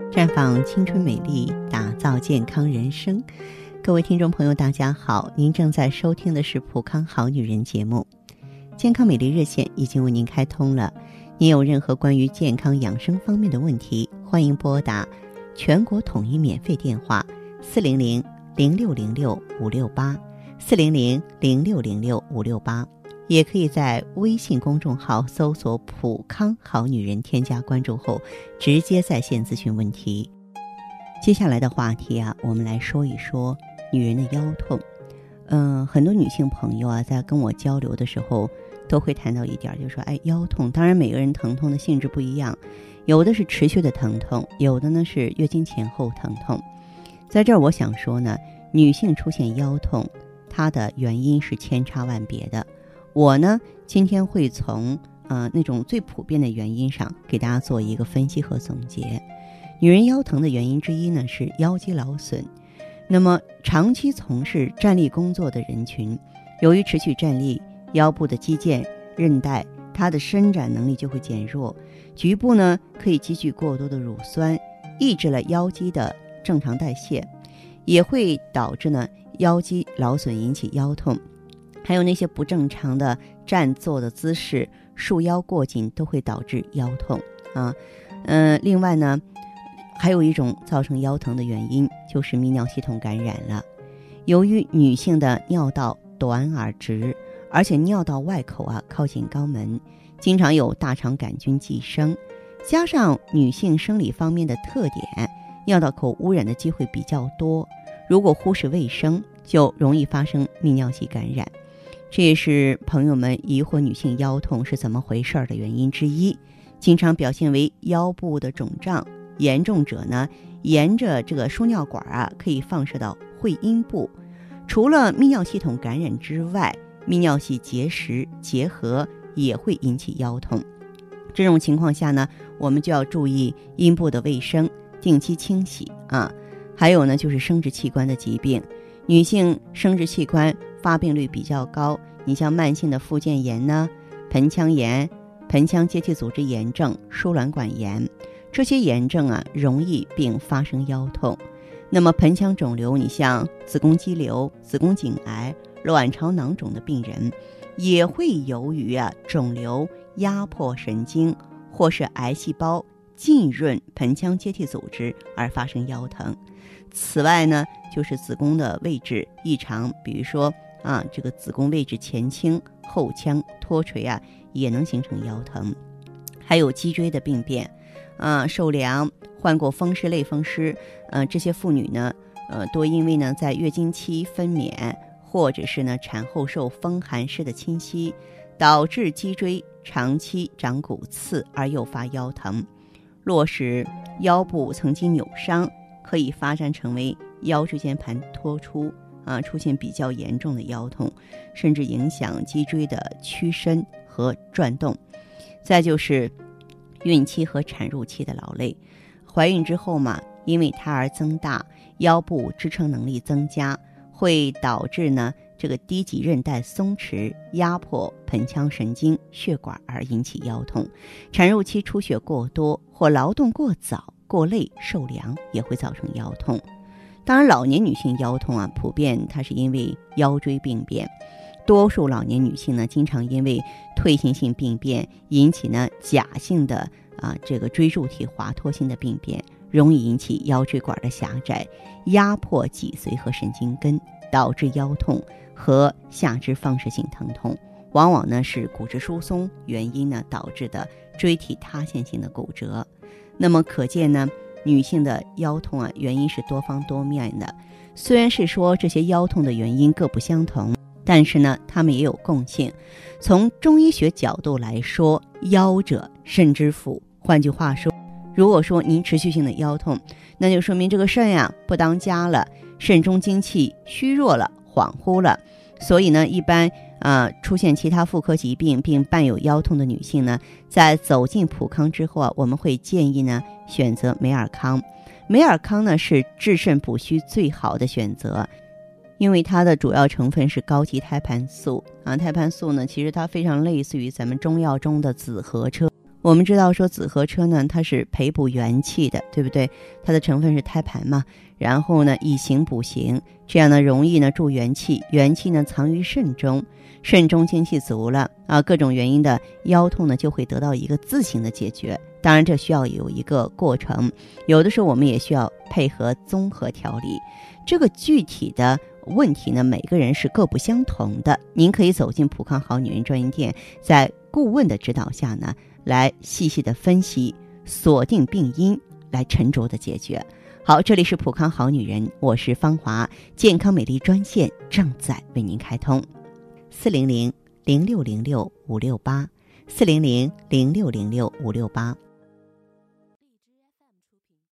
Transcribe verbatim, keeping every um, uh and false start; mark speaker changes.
Speaker 1: 绽放青春美丽，打造健康人生。各位听众朋友大家好，您正在收听的是普康好女人节目。健康美丽热线已经为您开通了，您有任何关于健康养生方面的问题，欢迎拨打全国统一免费电话四零零零六零六五六八四零零零六零六五六八，也可以在微信公众号搜索普康好女人，添加关注后直接在线咨询问题。接下来的话题啊，我们来说一说女人的腰痛。嗯、呃，很多女性朋友啊，在跟我交流的时候都会谈到一点，就是说，哎，腰痛，当然每个人疼痛的性质不一样，有的是持续的疼痛，有的呢是月经前后疼痛。在这儿我想说呢，女性出现腰痛，它的原因是千差万别的。我呢，今天会从呃那种最普遍的原因上给大家做一个分析和总结。女人腰疼的原因之一呢是腰肌劳损。那么长期从事站立工作的人群，由于持续站立，腰部的肌腱、韧带，它的伸展能力就会减弱，局部呢可以积聚过多的乳酸，抑制了腰肌的正常代谢，也会导致呢腰肌劳损，引起腰痛。还有那些不正常的站坐的姿势，束腰过紧，都会导致腰痛啊。嗯、呃，另外呢，还有一种造成腰疼的原因就是泌尿系统感染了。由于女性的尿道短而直，而且尿道外口啊靠近肛门，经常有大肠杆菌寄生，加上女性生理方面的特点，尿道口污染的机会比较多。如果忽视卫生，就容易发生泌尿系感染。这也是朋友们疑惑女性腰痛是怎么回事的原因之一。经常表现为腰部的肿胀，严重者呢，沿着这个输尿管啊，可以放射到会阴部。除了泌尿系统感染之外，泌尿系结石结核也会引起腰痛。这种情况下呢，我们就要注意阴部的卫生，定期清洗啊。还有呢，就是生殖器官的疾病，女性生殖器官发病率比较高，你像慢性的附件炎呢、盆腔炎、盆腔结缔组织炎症、输卵管炎，这些炎症啊容易并发生腰痛。那么盆腔肿瘤，你像子宫肌瘤、子宫颈癌、卵巢囊肿的病人，也会由于啊肿瘤压迫神经或是癌细胞浸润盆腔结缔组织而发生腰疼。此外呢，就是子宫的位置异常，比如说啊，这个子宫位置前倾、后腔、脱垂啊，也能形成腰疼。还有脊椎的病变，啊，受凉、患过风湿、类风湿，呃，这些妇女呢，呃，多因为呢在月经期分娩，或者是呢产后受风寒湿的侵袭，导致脊椎长期长骨刺而诱发腰疼。若使腰部曾经扭伤，可以发展成为腰椎间盘脱出啊，出现比较严重的腰痛，甚至影响脊椎的屈伸和转动。再就是孕期和产褥期的劳累，怀孕之后嘛，因为胎儿增大，腰部支撑能力增加，会导致呢这个低级韧带松弛，压迫盆腔神经、血管而引起腰痛。产褥期出血过多或劳动过早、过累、受凉也会造成腰痛。当然，老年女性腰痛啊，普遍它是因为腰椎病变。多数老年女性呢，经常因为退行性病变引起呢假性的啊这个椎柱体滑脱性的病变，容易引起腰椎管的狭窄，压迫脊髓和神经根，导致腰痛和下肢放射性疼痛，往往呢是骨质疏松原因呢导致的椎体塌陷性的骨折。那么可见呢，女性的腰痛啊，原因是多方多面的。虽然是说这些腰痛的原因各不相同，但是呢，它们也有共性。从中医学角度来说，腰者肾之府。换句话说，如果说您持续性的腰痛，那就说明这个肾呀不当家了，肾中精气虚弱了，恍惚了。所以呢，一般啊、呃、出现其他妇科疾病并伴有腰痛的女性呢，在走进普康之后啊，我们会建议呢选择美尔康。美尔康呢是治肾补虚最好的选择，因为它的主要成分是高级胎盘素啊。胎盘素呢，其实它非常类似于咱们中药中的紫河车我们知道说紫河车呢，它是培补元气的，对不对？它的成分是胎盘嘛，然后呢以形补形，这样呢容易呢助元气，元气呢藏于肾中，肾中精气足了啊，各种原因的腰痛呢就会得到一个自行的解决。当然这需要有一个过程，有的时候我们也需要配合综合调理。这个具体的问题呢，每个人是各不相同的。您可以走进普康好女人专营店，在顾问的指导下呢，来细细的分析，锁定病因，来沉着的解决。好，这里是普康好女人，我是芳华，健康美丽专线正在为您开通，四零零零六零六五六八，四零零零六零六五六八。